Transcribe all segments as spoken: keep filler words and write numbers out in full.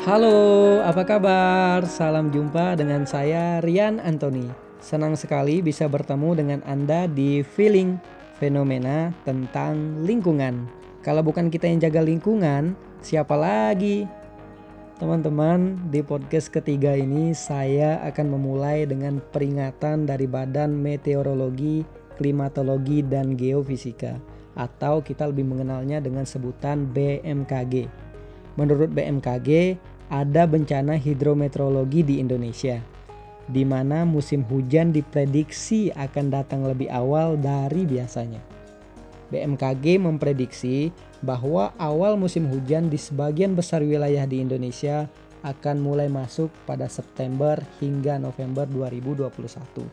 Halo, apa kabar? Salam jumpa dengan saya Rian Anthony. Senang sekali bisa bertemu dengan Anda di Feeling Fenomena tentang lingkungan. Kalau bukan kita yang jaga lingkungan, siapa lagi? Teman-teman, di podcast ketiga ini saya akan memulai dengan peringatan dari Badan Meteorologi, Klimatologi, dan Geofisika, atau kita lebih mengenalnya dengan sebutan B M K G. Menurut B M K G, ada bencana hidrometeorologi di Indonesia, di mana musim hujan diprediksi akan datang lebih awal dari biasanya. B M K G memprediksi bahwa awal musim hujan di sebagian besar wilayah di Indonesia akan mulai masuk pada September hingga November dua ribu dua puluh satu.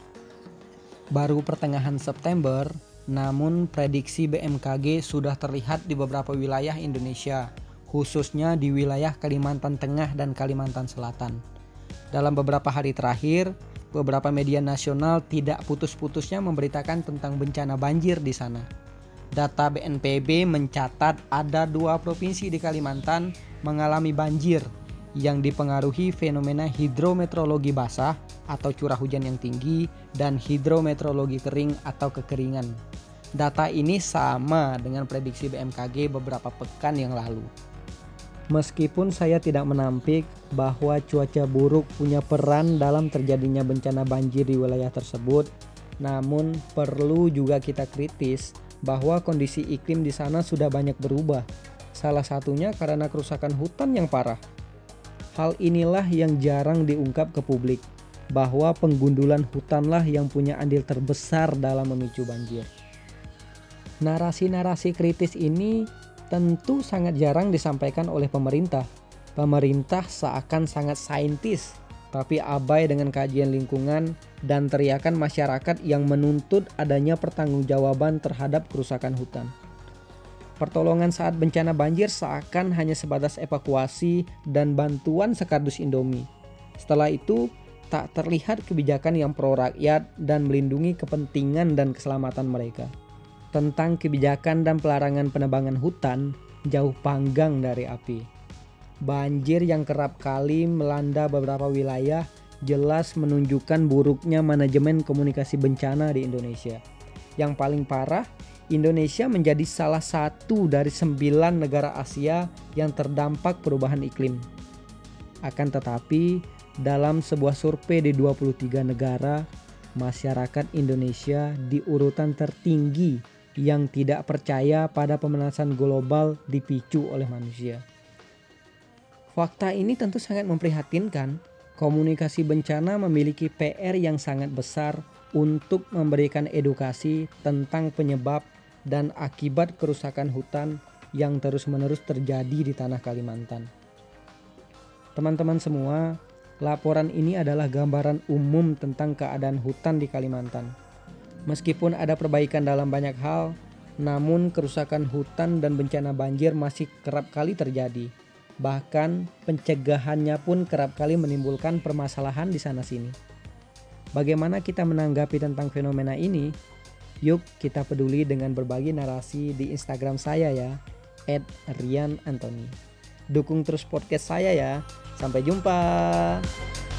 Baru pertengahan September, namun prediksi B M K G sudah terlihat di beberapa wilayah Indonesia, khususnya di wilayah Kalimantan Tengah dan Kalimantan Selatan. Dalam beberapa hari terakhir, beberapa media nasional tidak putus-putusnya memberitakan tentang bencana banjir di sana. Data B N P B mencatat ada dua provinsi di Kalimantan mengalami banjir yang dipengaruhi fenomena hidrometeorologi basah atau curah hujan yang tinggi dan hidrometeorologi kering atau kekeringan. Data ini sama dengan prediksi B M K G beberapa pekan yang lalu. Meskipun saya tidak menampik bahwa cuaca buruk punya peran dalam terjadinya bencana banjir di wilayah tersebut, namun perlu juga kita kritis bahwa kondisi iklim di sana sudah banyak berubah. Salah satunya karena kerusakan hutan yang parah. Hal inilah yang jarang diungkap ke publik, bahwa penggundulan hutanlah yang punya andil terbesar dalam memicu banjir. Narasi-narasi kritis ini tentu sangat jarang disampaikan oleh pemerintah. Pemerintah seakan sangat saintis, tapi abai dengan kajian lingkungan dan teriakan masyarakat yang menuntut adanya pertanggungjawaban terhadap kerusakan hutan. Pertolongan saat bencana banjir seakan hanya sebatas evakuasi dan bantuan sekardus Indomie. Setelah itu, tak terlihat kebijakan yang pro rakyat dan melindungi kepentingan dan keselamatan mereka. Tentang kebijakan dan pelarangan penebangan hutan, jauh panggang dari api. Banjir yang kerap kali melanda beberapa wilayah jelas menunjukkan buruknya manajemen komunikasi bencana di Indonesia. Yang paling parah, Indonesia menjadi salah satu dari sembilan negara Asia yang terdampak perubahan iklim. Akan tetapi, dalam sebuah survei di dua puluh tiga negara, masyarakat Indonesia di urutan tertinggi yang tidak percaya pada pemanasan global dipicu oleh manusia. Fakta ini tentu sangat memprihatinkan. Komunikasi bencana memiliki P R yang sangat besar untuk memberikan edukasi tentang penyebab dan akibat kerusakan hutan yang terus-menerus terjadi di tanah Kalimantan. Teman-teman semua, laporan ini adalah gambaran umum tentang keadaan hutan di Kalimantan. Meskipun ada perbaikan dalam banyak hal, namun kerusakan hutan dan bencana banjir masih kerap kali terjadi. Bahkan pencegahannya pun kerap kali menimbulkan permasalahan di sana-sini. Bagaimana kita menanggapi tentang fenomena ini? Yuk kita peduli dengan berbagi narasi di Instagram saya ya, et rian anthony. Dukung terus podcast saya ya. Sampai jumpa.